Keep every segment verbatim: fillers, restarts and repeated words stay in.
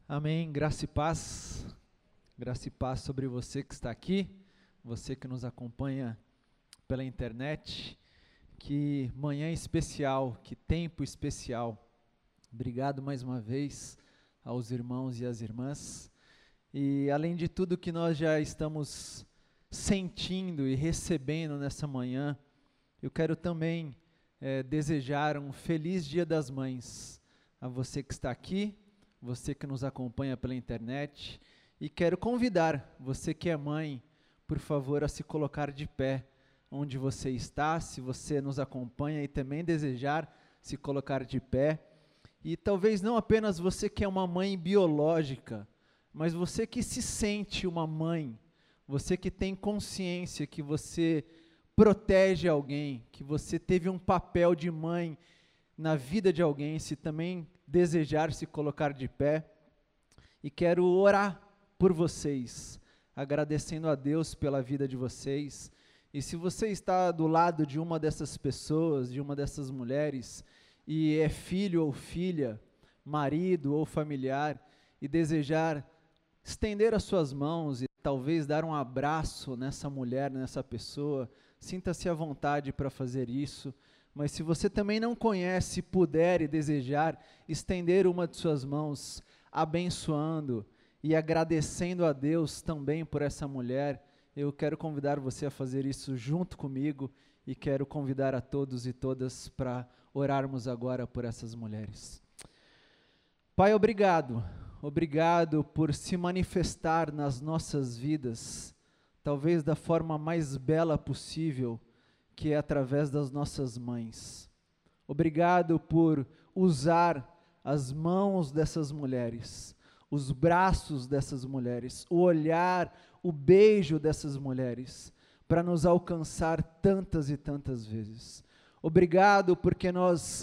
Amém, graça e paz, graça e paz sobre você que está aqui, você que nos acompanha pela internet, que manhã especial, que tempo especial, obrigado mais uma vez aos irmãos e às irmãs, e além de tudo que nós já estamos sentindo e recebendo nessa manhã, eu quero também é, desejar um feliz Dia das Mães a você que está aqui, você que nos acompanha pela internet, e quero convidar você que é mãe, por favor, a se colocar de pé onde você está, se você nos acompanha e também desejar se colocar de pé, e talvez não apenas você que é uma mãe biológica, mas você que se sente uma mãe, você que tem consciência que você protege alguém, que você teve um papel de mãe na vida de alguém, se também desejar se colocar de pé, e quero orar por vocês, agradecendo a Deus pela vida de vocês, e se você está do lado de uma dessas pessoas, de uma dessas mulheres, e é filho ou filha, marido ou familiar, e desejar estender as suas mãos e talvez dar um abraço nessa mulher, nessa pessoa, sinta-se à vontade para fazer isso. Mas se você também não conhece, puder e desejar estender uma de suas mãos, abençoando e agradecendo a Deus também por essa mulher, eu quero convidar você a fazer isso junto comigo e quero convidar a todos e todas para orarmos agora por essas mulheres. Pai, obrigado, obrigado por se manifestar nas nossas vidas, talvez da forma mais bela possível, que é através das nossas mães. Obrigado por usar as mãos dessas mulheres, os braços dessas mulheres, o olhar, o beijo dessas mulheres, para nos alcançar tantas e tantas vezes. Obrigado porque nós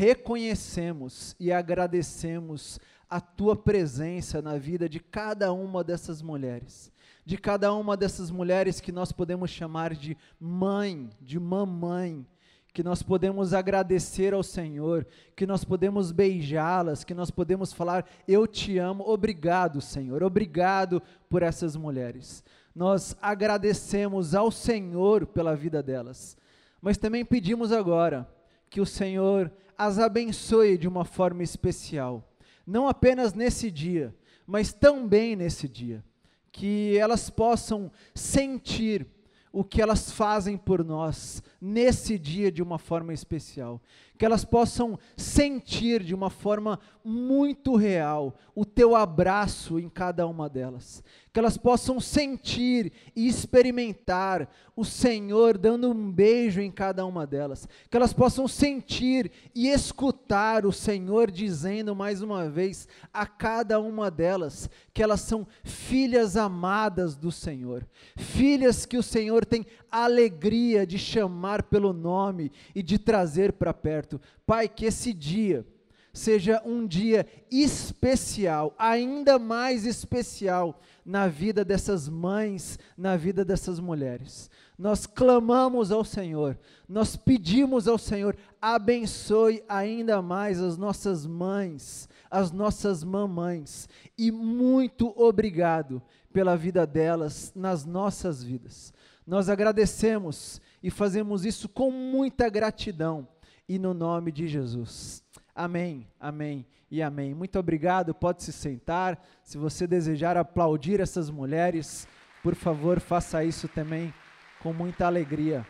reconhecemos e agradecemos a Tua presença na vida de cada uma dessas mulheres, de cada uma dessas mulheres que nós podemos chamar de mãe, de mamãe, que nós podemos agradecer ao Senhor, que nós podemos beijá-las, que nós podemos falar, eu te amo, obrigado Senhor, obrigado por essas mulheres. Nós agradecemos ao Senhor pela vida delas, mas também pedimos agora que o Senhor as abençoe de uma forma especial, não apenas nesse dia, mas também nesse dia, que elas possam sentir o que elas fazem por nós nesse dia de uma forma especial, que elas possam sentir de uma forma muito real o teu abraço em cada uma delas, que elas possam sentir e experimentar o Senhor dando um beijo em cada uma delas, que elas possam sentir e escutar o Senhor dizendo mais uma vez a cada uma delas que elas são filhas amadas do Senhor, filhas que o Senhor tem alegria de chamar pelo nome e de trazer para perto. Pai, que esse dia seja um dia especial, ainda mais especial na vida dessas mães, na vida dessas mulheres. Nós clamamos ao Senhor, nós pedimos ao Senhor, abençoe ainda mais as nossas mães, as nossas mamães, e muito obrigado pela vida delas nas nossas vidas. Nós agradecemos e fazemos isso com muita gratidão, e no nome de Jesus. Amém, amém e amém. Muito obrigado, pode se sentar. Se você desejar aplaudir essas mulheres, por favor, faça isso também com muita alegria.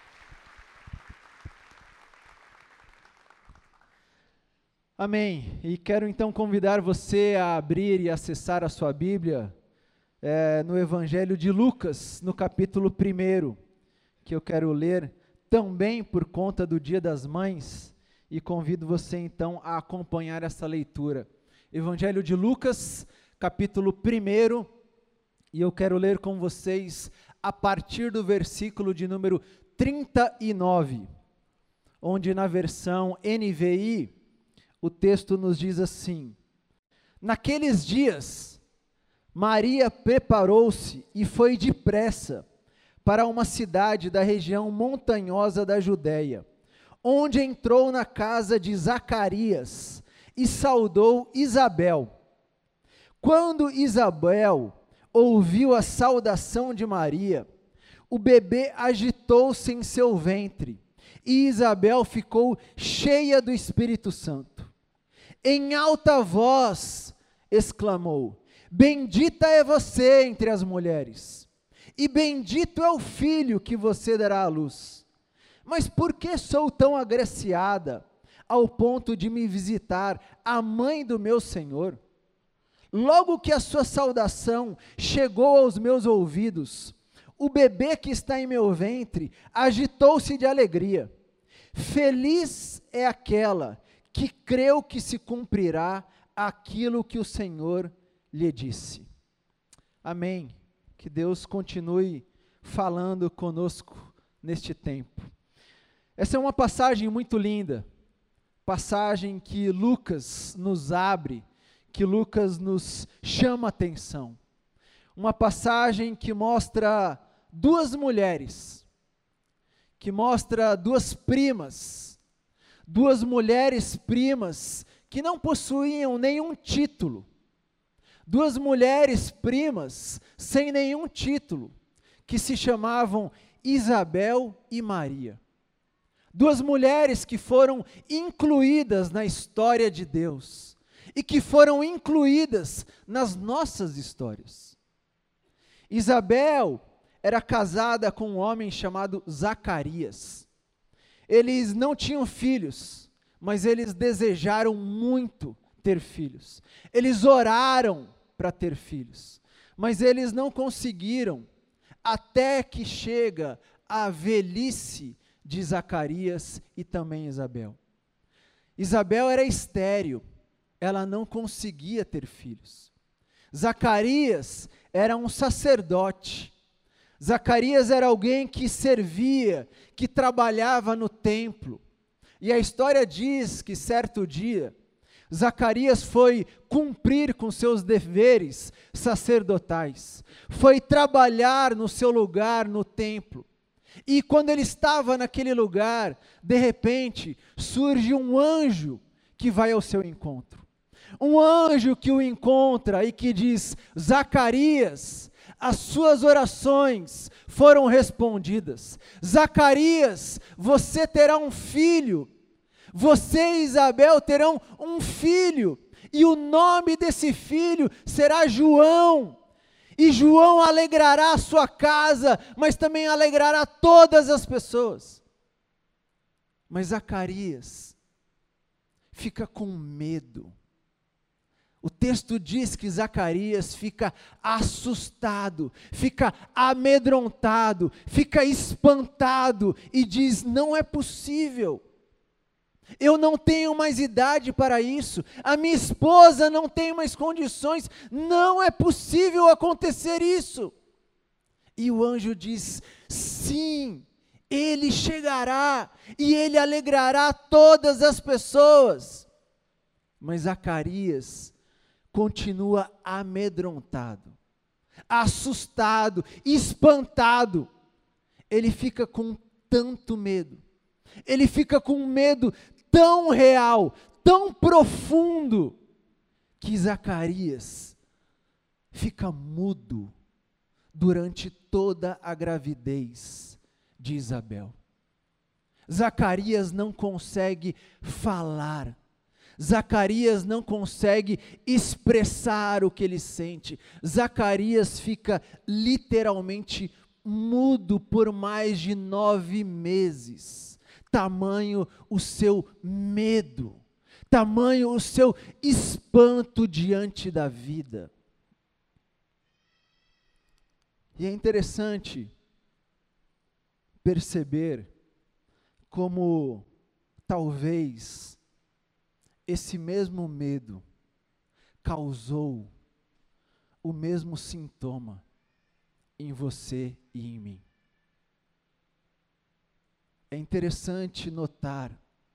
Amém. E quero então convidar você a abrir e acessar a sua Bíblia é, no Evangelho de Lucas, no capítulo primeiro, que eu quero ler também por conta do Dia das Mães, e convido você então a acompanhar essa leitura. Evangelho de Lucas, capítulo primeiro, e eu quero ler com vocês a partir do versículo de número trinta e nove, onde na versão N V I, o texto nos diz assim: naqueles dias, Maria preparou-se e foi depressa para uma cidade da região montanhosa da Judéia, onde entrou na casa de Zacarias e saudou Isabel. Quando Isabel ouviu a saudação de Maria, o bebê agitou-se em seu ventre, e Isabel ficou cheia do Espírito Santo. Em alta voz exclamou: bendita é você entre as mulheres, e bendito é o filho que você dará à luz. Mas por que sou tão agraciada, ao ponto de me visitar a mãe do meu Senhor? Logo que a sua saudação chegou aos meus ouvidos, o bebê que está em meu ventre agitou-se de alegria. Feliz é aquela que creu que se cumprirá aquilo que o Senhor lhe disse. Amém. Que Deus continue falando conosco neste tempo. Essa é uma passagem muito linda, passagem que Lucas nos abre, que Lucas nos chama a atenção. Uma passagem que mostra duas mulheres, que mostra duas primas, duas mulheres primas que não possuíam nenhum título, duas mulheres primas sem nenhum título, que se chamavam Isabel e Maria. Duas mulheres que foram incluídas na história de Deus e que foram incluídas nas nossas histórias. Isabel era casada com um homem chamado Zacarias. Eles não tinham filhos, mas eles desejaram muito ter filhos. Eles oraram para ter filhos, mas eles não conseguiram, até que chega a velhice de Zacarias e também Isabel. Isabel era estéril, ela não conseguia ter filhos. Zacarias era um sacerdote. Zacarias era alguém que servia, que trabalhava no templo. E a história diz que certo dia, Zacarias foi cumprir com seus deveres sacerdotais, foi trabalhar no seu lugar no templo. E quando ele estava naquele lugar, de repente, surge um anjo que vai ao seu encontro. Um anjo que o encontra e que diz: Zacarias, as suas orações foram respondidas. Zacarias, você terá um filho. Você e Isabel terão um filho. E o nome desse filho será João. E João alegrará a sua casa, mas também alegrará todas as pessoas. Mas Zacarias fica com medo. O texto diz que Zacarias fica assustado, fica amedrontado, fica espantado e diz: não é possível. Eu não tenho mais idade para isso, a minha esposa não tem mais condições, não é possível acontecer isso. E o anjo diz: sim, ele chegará e ele alegrará todas as pessoas. Mas Zacarias continua amedrontado, assustado, espantado. Ele fica com tanto medo, ele fica com medo tão real, tão profundo, que Zacarias fica mudo durante toda a gravidez de Isabel. Zacarias não consegue falar, Zacarias não consegue expressar o que ele sente. Zacarias fica literalmente mudo por mais de nove meses. Tamanho o seu medo, tamanho o seu espanto diante da vida. E é interessante perceber como talvez esse mesmo medo causou o mesmo sintoma em você e em mim. É interessante notar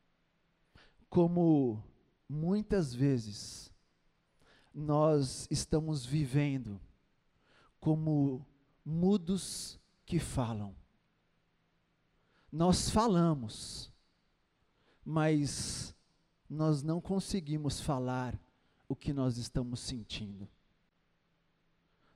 como muitas vezes nós estamos vivendo como mudos que falam. Nós falamos, mas nós não conseguimos falar o que nós estamos sentindo.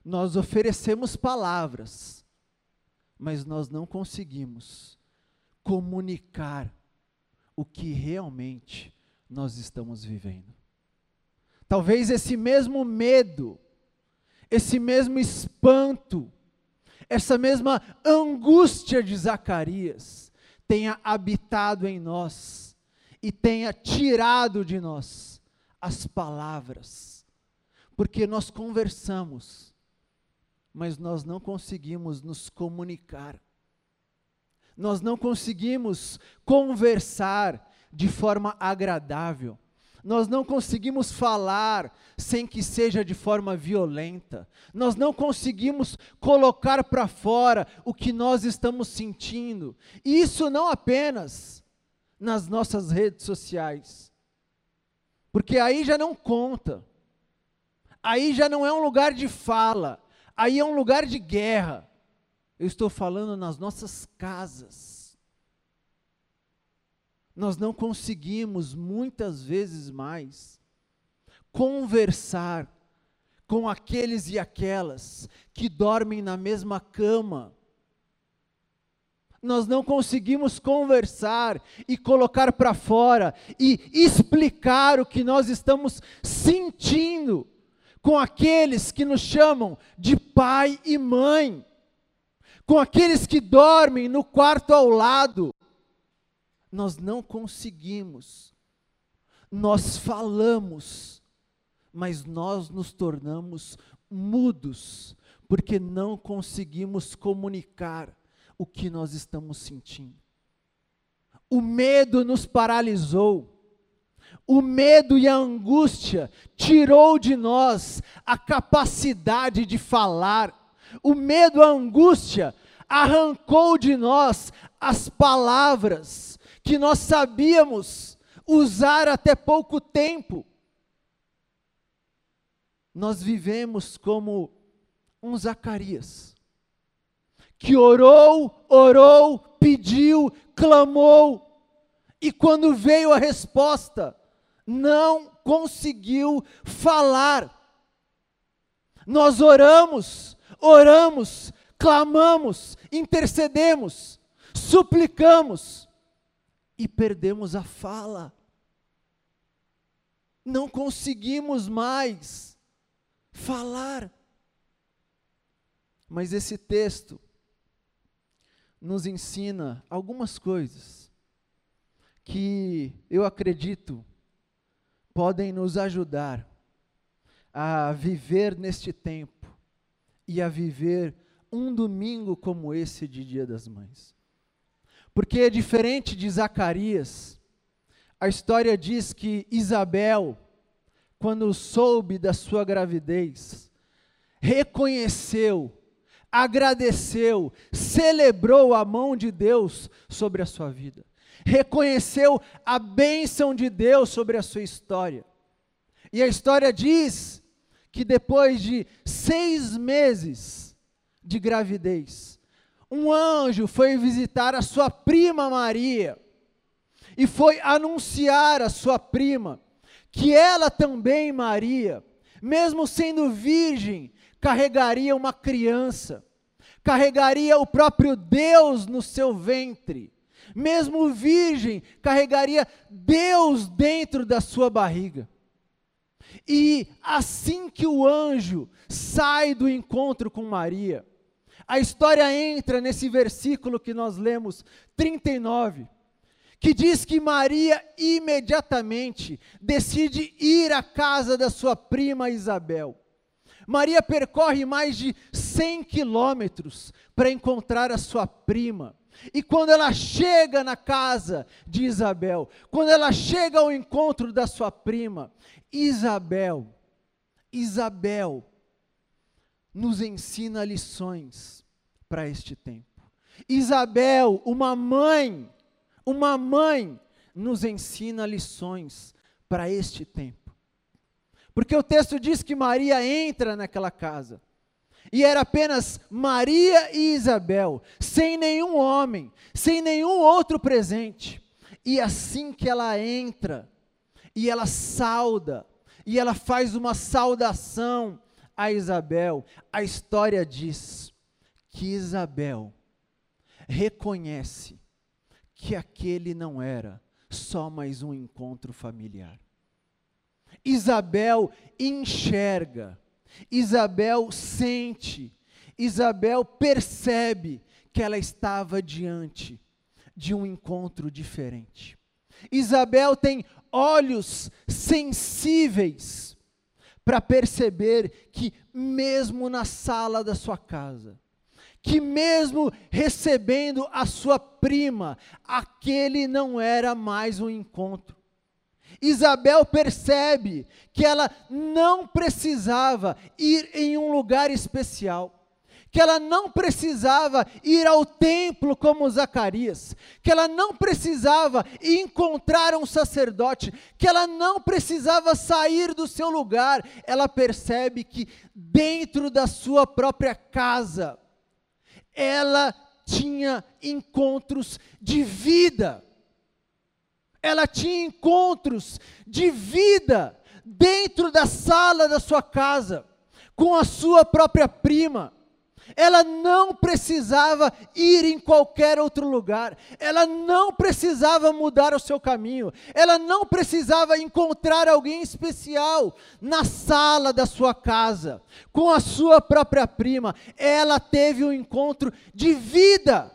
nós oferecemos palavras, mas nós não conseguimos comunicar o que realmente nós estamos vivendo. Talvez esse mesmo medo, esse mesmo espanto, essa mesma angústia de Zacarias tenha habitado em nós e tenha tirado de nós as palavras, porque nós conversamos, mas nós não conseguimos nos comunicar, nós não conseguimos conversar de forma agradável, nós não conseguimos falar sem que seja de forma violenta, nós não conseguimos colocar para fora o que nós estamos sentindo, e isso não apenas nas nossas redes sociais, porque aí já não conta, aí já não é um lugar de fala, aí é um lugar de guerra. Eu estou falando nas nossas casas. Nós não conseguimos, muitas vezes mais, conversar com aqueles e aquelas que dormem na mesma cama. Nós não conseguimos conversar e colocar para fora e explicar o que nós estamos sentindo com aqueles que nos chamam de pai e mãe, com aqueles que dormem no quarto ao lado. Nós não conseguimos, nós falamos, mas nós nos tornamos mudos, porque não conseguimos comunicar o que nós estamos sentindo. O medo nos paralisou, o medo e a angústia tirou de nós a capacidade de falar, o medo e a angústia arrancou de nós as palavras que nós sabíamos usar até pouco tempo. Nós vivemos como um Zacarias, que orou, orou, pediu, clamou, e quando veio a resposta, não conseguiu falar. Nós oramos, oramos, clamamos, intercedemos, suplicamos, e perdemos a fala. Não conseguimos mais falar. Mas esse texto nos ensina algumas coisas que eu acredito podem nos ajudar a viver neste tempo e a viver um domingo como esse de Dia das Mães. Porque diferente de Zacarias, a história diz que Isabel, quando soube da sua gravidez, reconheceu, agradeceu, celebrou a mão de Deus sobre a sua vida, reconheceu a bênção de Deus sobre a sua história. E a história diz que depois de seis meses de gravidez, um anjo foi visitar a sua prima Maria, e foi anunciar à sua prima, que ela também, Maria, mesmo sendo virgem, carregaria uma criança, carregaria o próprio Deus no seu ventre, mesmo virgem, carregaria Deus dentro da sua barriga. E assim que o anjo sai do encontro com Maria, a história entra nesse versículo que nós lemos, trinta e nove, que diz que Maria imediatamente decide ir à casa da sua prima Isabel. Maria percorre mais de cem quilômetros para encontrar a sua prima. E quando ela chega na casa de Isabel, quando ela chega ao encontro da sua prima, Isabel, Isabel, nos ensina lições para este tempo. Isabel, uma mãe, uma mãe, nos ensina lições para este tempo. Porque o texto diz que Maria entra naquela casa, e era apenas Maria e Isabel, sem nenhum homem, sem nenhum outro presente. E assim que ela entra, e ela sauda, e ela faz uma saudação a Isabel, a história diz que Isabel reconhece que aquele não era só mais um encontro familiar. Isabel enxerga, Isabel sente, Isabel percebe que ela estava diante de um encontro diferente. Isabel tem olhos sensíveis para perceber que mesmo na sala da sua casa, que mesmo recebendo a sua prima, aquele não era mais um encontro. Isabel percebe que ela não precisava ir em um lugar especial, que ela não precisava ir ao templo como Zacarias, que ela não precisava encontrar um sacerdote, que ela não precisava sair do seu lugar. Ela percebe que dentro da sua própria casa, ela tinha encontros de vida. Ela tinha encontros de vida dentro da sala da sua casa, com a sua própria prima. Ela não precisava ir em qualquer outro lugar, ela não precisava mudar o seu caminho, ela não precisava encontrar alguém especial na sala da sua casa, com a sua própria prima. Ela teve um encontro de vida,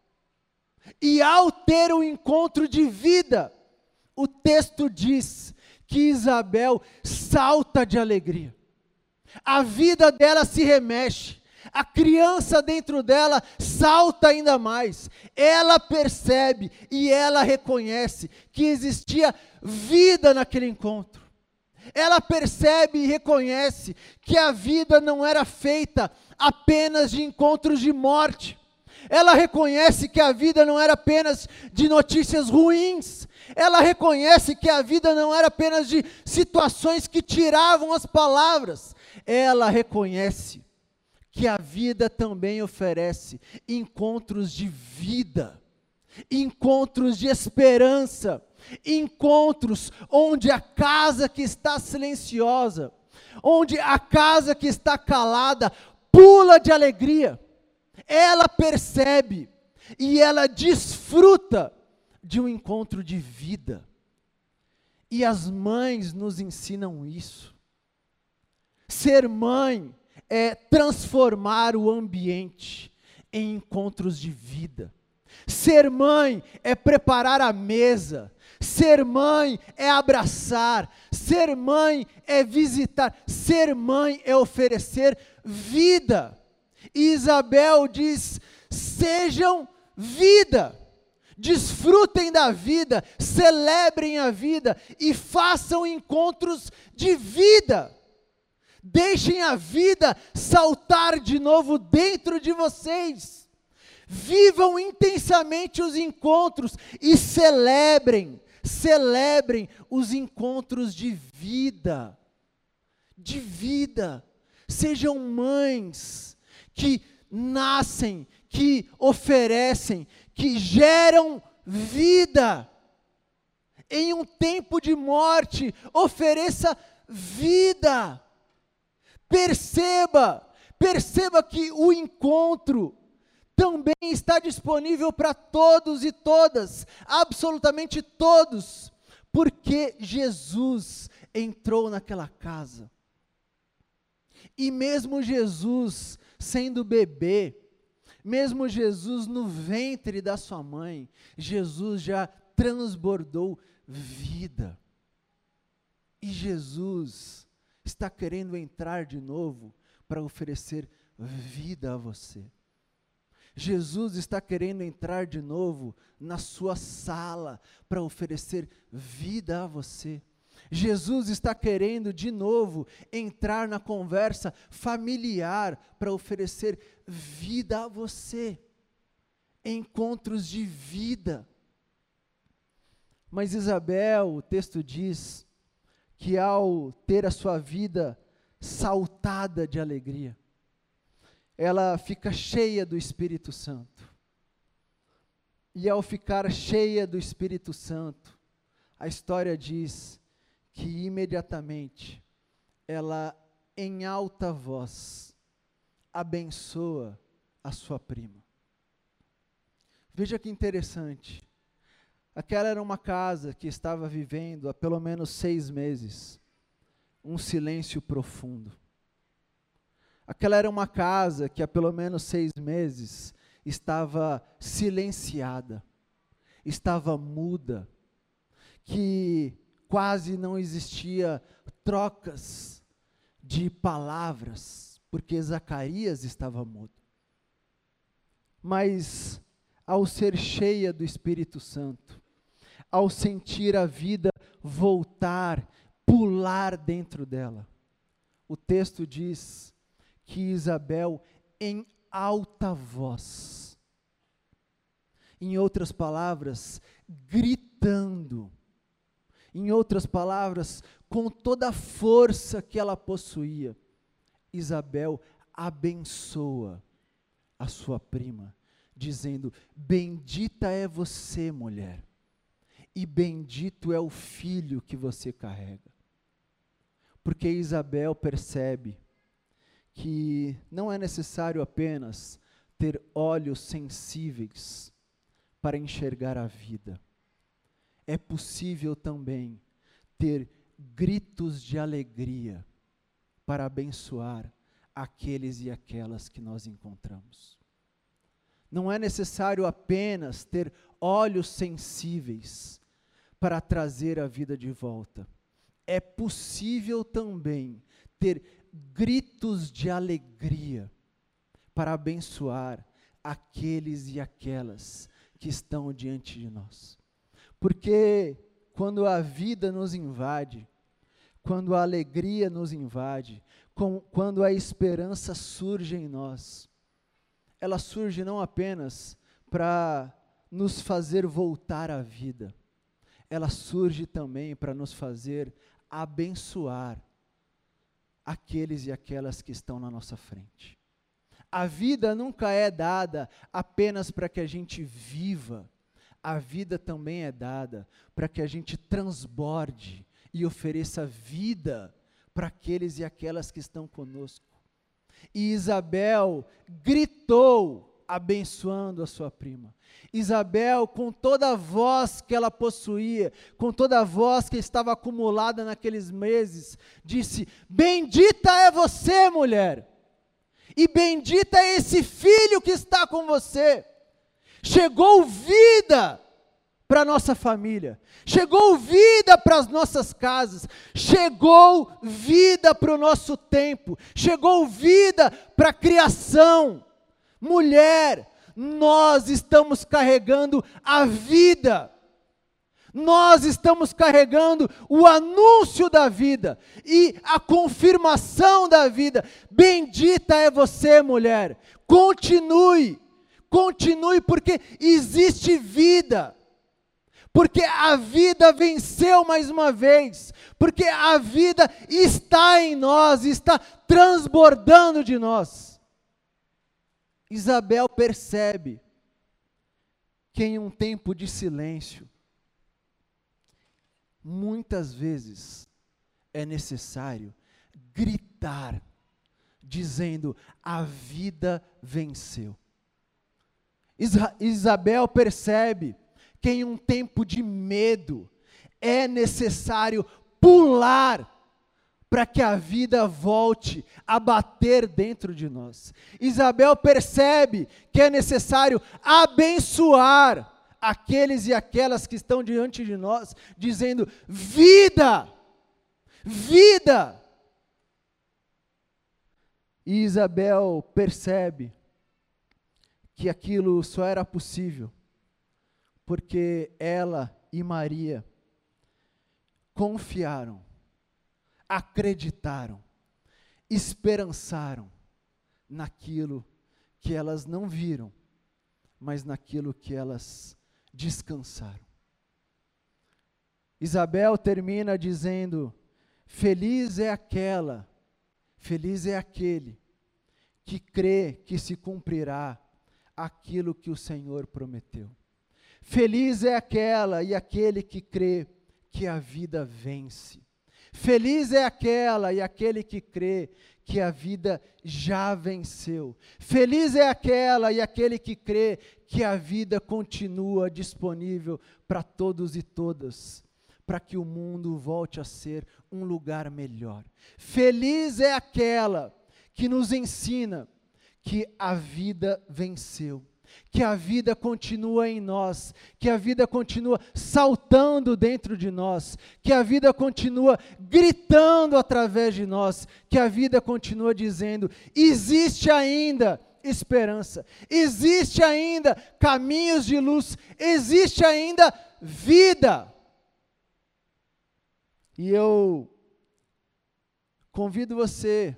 e ao ter um encontro de vida, o texto diz que Isabel salta de alegria, a vida dela se remexe, a criança dentro dela salta ainda mais. Ela percebe e ela reconhece que existia vida naquele encontro. Ela percebe e reconhece que a vida não era feita apenas de encontros de morte. Ela reconhece que a vida não era apenas de notícias ruins. Ela reconhece que a vida não era apenas de situações que tiravam as palavras. Ela reconhece que a vida também oferece encontros de vida, encontros de esperança, encontros onde a casa que está silenciosa, onde a casa que está calada, pula de alegria. Ela percebe e ela desfruta de um encontro de vida. E as mães nos ensinam isso. Ser mãe é transformar o ambiente em encontros de vida. Ser mãe é preparar a mesa. Ser mãe é abraçar. Ser mãe é visitar. Ser mãe é oferecer vida. E Isabel diz: sejam vida. Desfrutem da vida, celebrem a vida e façam encontros de vida. Deixem a vida saltar de novo dentro de vocês. Vivam intensamente os encontros e celebrem, celebrem os encontros de vida. De vida. Sejam mães que nascem, que oferecem, que geram vida. Em um tempo de morte, ofereça vida. Perceba, perceba que o encontro também está disponível para todos e todas, absolutamente todos, porque Jesus entrou naquela casa. E mesmo Jesus sendo bebê, mesmo Jesus no ventre da sua mãe, Jesus já transbordou vida. E Jesus está querendo entrar de novo para oferecer vida a você. Jesus está querendo entrar de novo na sua sala para oferecer vida a você. Jesus está querendo de novo entrar na conversa familiar para oferecer vida a você. Encontros de vida. Mas Isabel, o texto diz que ao ter a sua vida saltada de alegria, ela fica cheia do Espírito Santo. E ao ficar cheia do Espírito Santo, a história diz que imediatamente ela em alta voz, abençoa a sua prima. Veja que interessante. Aquela era uma casa que estava vivendo há pelo menos seis meses, um silêncio profundo. Aquela era uma casa que há pelo menos seis meses estava silenciada, estava muda, que quase não existia trocas de palavras, porque Zacarias estava mudo. Mas, ao ser cheia do Espírito Santo, ao sentir a vida voltar, pular dentro dela, o texto diz que Isabel, em alta voz, em outras palavras, gritando, em outras palavras, com toda a força que ela possuía, Isabel abençoa a sua prima, dizendo: bendita é você, mulher, e bendito é o filho que você carrega. Porque Isabel percebe que não é necessário apenas ter olhos sensíveis para enxergar a vida. É possível também ter gritos de alegria para abençoar aqueles e aquelas que nós encontramos. Não é necessário apenas ter olhos sensíveis para trazer a vida de volta. É possível também ter gritos de alegria para abençoar aqueles e aquelas que estão diante de nós. Porque quando a vida nos invade, quando a alegria nos invade, com, quando a esperança surge em nós, ela surge não apenas para nos fazer voltar à vida, ela surge também para nos fazer abençoar aqueles e aquelas que estão na nossa frente. A vida nunca é dada apenas para que a gente viva, a vida também é dada para que a gente transborde e ofereça vida para aqueles e aquelas que estão conosco. E Isabel gritou, abençoando a sua prima. Isabel, com toda a voz que ela possuía, com toda a voz que estava acumulada naqueles meses, disse: bendita é você, mulher, e bendita é esse filho que está com você. Chegou vida para a nossa família, chegou vida para as nossas casas, chegou vida para o nosso tempo, chegou vida para a criação. Mulher, nós estamos carregando a vida, nós estamos carregando o anúncio da vida e a confirmação da vida. Bendita é você, mulher, continue, continue, porque existe vida, porque a vida venceu mais uma vez, porque a vida está em nós, está transbordando de nós. Isabel percebe que em um tempo de silêncio, muitas vezes é necessário gritar, dizendo: a vida venceu. Isa- Isabel percebe que em um tempo de medo é necessário pular para que a vida volte a bater dentro de nós. Isabel percebe que é necessário abençoar aqueles e aquelas que estão diante de nós, dizendo: vida, vida. E Isabel percebe que aquilo só era possível porque ela e Maria confiaram, acreditaram, esperançaram naquilo que elas não viram, mas naquilo que elas descansaram. Isabel termina dizendo: feliz é aquela, feliz é aquele que crê que se cumprirá aquilo que o Senhor prometeu. Feliz é aquela e aquele que crê que a vida vence. Feliz é aquela e aquele que crê que a vida já venceu. Feliz é aquela e aquele que crê que a vida continua disponível para todos e todas, para que o mundo volte a ser um lugar melhor. Feliz é aquela que nos ensina que a vida venceu, que a vida continua em nós, que a vida continua saltando dentro de nós, que a vida continua gritando através de nós, que a vida continua dizendo: existe ainda esperança, existe ainda caminhos de luz, existe ainda vida. E eu convido você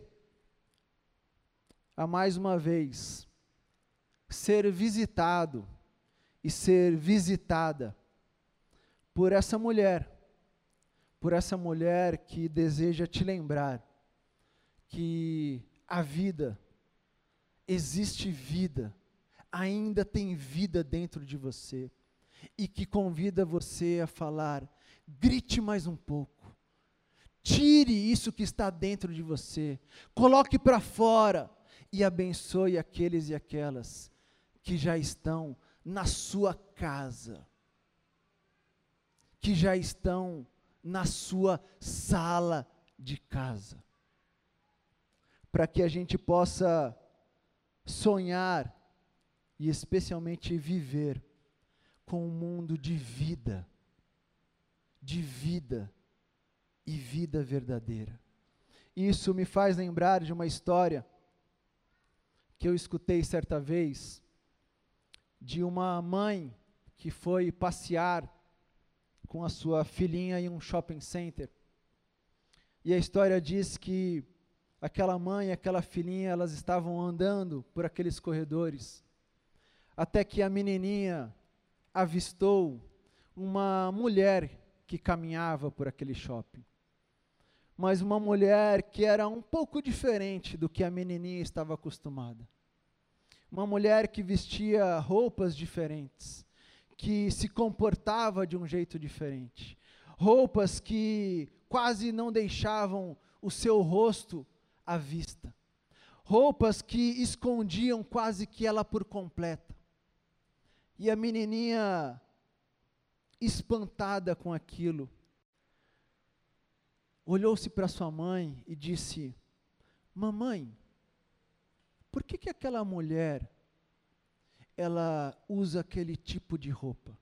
a mais uma vez ser visitado e ser visitada por essa mulher, por essa mulher que deseja te lembrar que a vida, existe vida, ainda tem vida dentro de você, e que convida você a falar: grite mais um pouco, tire isso que está dentro de você, coloque para fora e abençoe aqueles e aquelas que já estão na sua casa, que já estão na sua sala de casa, para que a gente possa sonhar e especialmente viver com um mundo de vida, de vida e vida verdadeira. Isso me faz lembrar de uma história que eu escutei certa vez, de uma mãe que foi passear com a sua filhinha em um shopping center. E a história diz que aquela mãe e aquela filhinha, elas estavam andando por aqueles corredores, até que a menininha avistou uma mulher que caminhava por aquele shopping. Mas uma mulher que era um pouco diferente do que a menininha estava acostumada. Uma mulher que vestia roupas diferentes, que se comportava de um jeito diferente. Roupas que quase não deixavam o seu rosto à vista. Roupas que escondiam quase que ela por completa. E a menininha, espantada com aquilo, olhou-se para sua mãe e disse: mamãe, por que que aquela mulher, ela usa aquele tipo de roupa?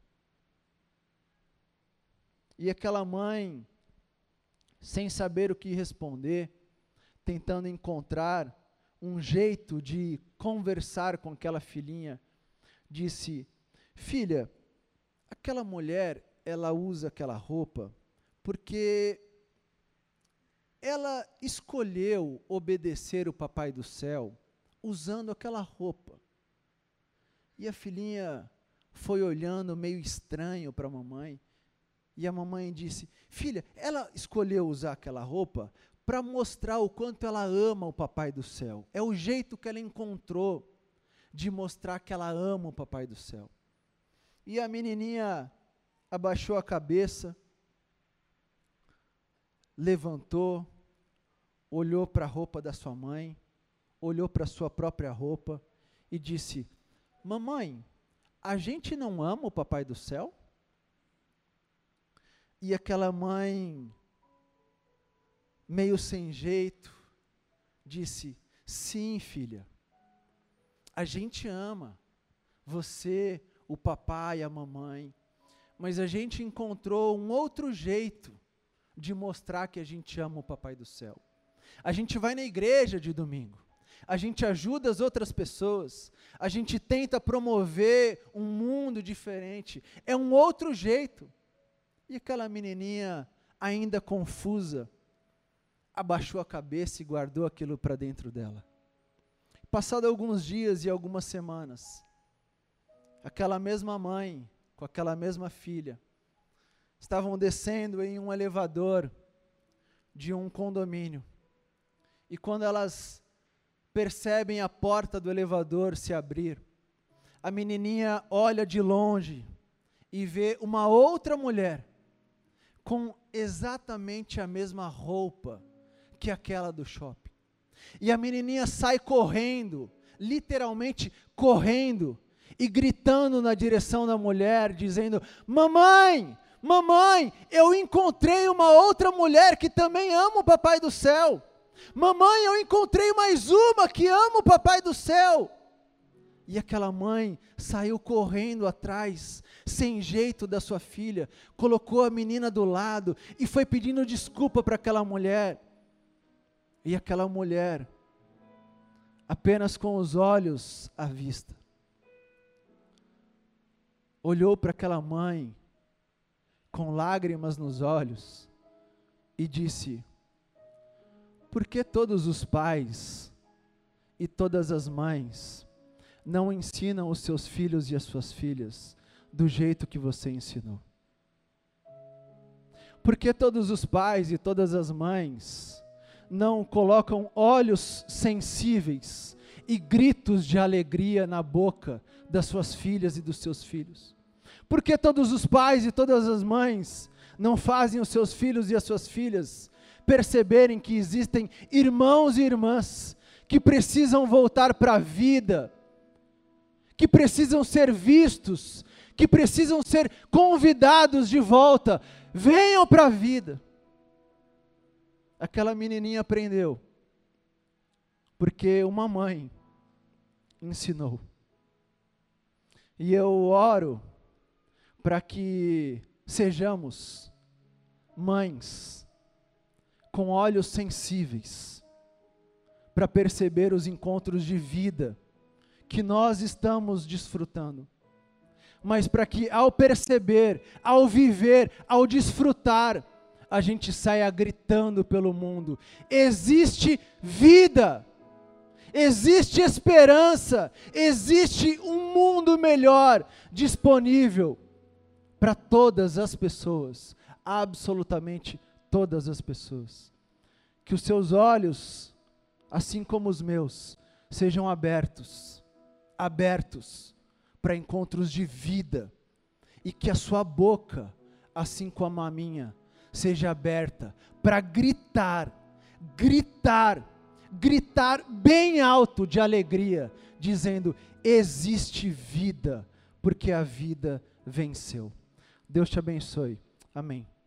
E aquela mãe, sem saber o que responder, tentando encontrar um jeito de conversar com aquela filhinha, disse: filha, aquela mulher, ela usa aquela roupa porque ela escolheu obedecer o Papai do Céu usando aquela roupa. E a filhinha foi olhando meio estranho para a mamãe, e a mamãe disse: filha, ela escolheu usar aquela roupa para mostrar o quanto ela ama o Papai do Céu. É o jeito que ela encontrou de mostrar que ela ama o Papai do Céu. E a menininha abaixou a cabeça, levantou, olhou para a roupa da sua mãe, olhou para a sua própria roupa e disse: mamãe, a gente não ama o Papai do Céu? E aquela mãe, meio sem jeito, disse: sim, filha, a gente ama você, o papai, a mamãe, mas a gente encontrou um outro jeito de mostrar que a gente ama o Papai do Céu. A gente vai na igreja de domingo, a gente ajuda as outras pessoas, a gente tenta promover um mundo diferente, é um outro jeito. E aquela menininha, ainda confusa, abaixou a cabeça e guardou aquilo para dentro dela. Passado alguns dias e algumas semanas, aquela mesma mãe, com aquela mesma filha, estavam descendo em um elevador de um condomínio. E quando elas percebem a porta do elevador se abrir, a menininha olha de longe e vê uma outra mulher, com exatamente a mesma roupa que aquela do shopping. E a menininha sai correndo, literalmente correndo, e gritando na direção da mulher, dizendo: mamãe, mamãe, eu encontrei uma outra mulher que também ama o Papai do Céu. Mamãe, eu encontrei mais uma que ama o Papai do Céu. E aquela mãe saiu correndo atrás, sem jeito da sua filha, colocou a menina do lado e foi pedindo desculpa para aquela mulher. E aquela mulher, apenas com os olhos à vista, olhou para aquela mãe, com lágrimas nos olhos, e disse: por que todos os pais e todas as mães não ensinam os seus filhos e as suas filhas do jeito que você ensinou? Por que todos os pais e todas as mães não colocam olhos sensíveis e gritos de alegria na boca das suas filhas e dos seus filhos? Por que todos os pais e todas as mães não fazem os seus filhos e as suas filhas perceberem que existem irmãos e irmãs que precisam voltar para a vida, que precisam ser vistos, que precisam ser convidados de volta? Venham para a vida. Aquela menininha aprendeu, porque uma mãe ensinou. E eu oro para que sejamos mães com olhos sensíveis, para perceber os encontros de vida que nós estamos desfrutando, mas para que ao perceber, ao viver, ao desfrutar, a gente saia gritando pelo mundo: existe vida, existe esperança, existe um mundo melhor disponível para todas as pessoas, absolutamente todas as pessoas. Que os seus olhos, assim como os meus, sejam abertos, abertos para encontros de vida, e que a sua boca, assim como a minha, seja aberta para gritar, gritar, gritar bem alto de alegria, dizendo: existe vida, porque a vida venceu. Deus te abençoe. Amém.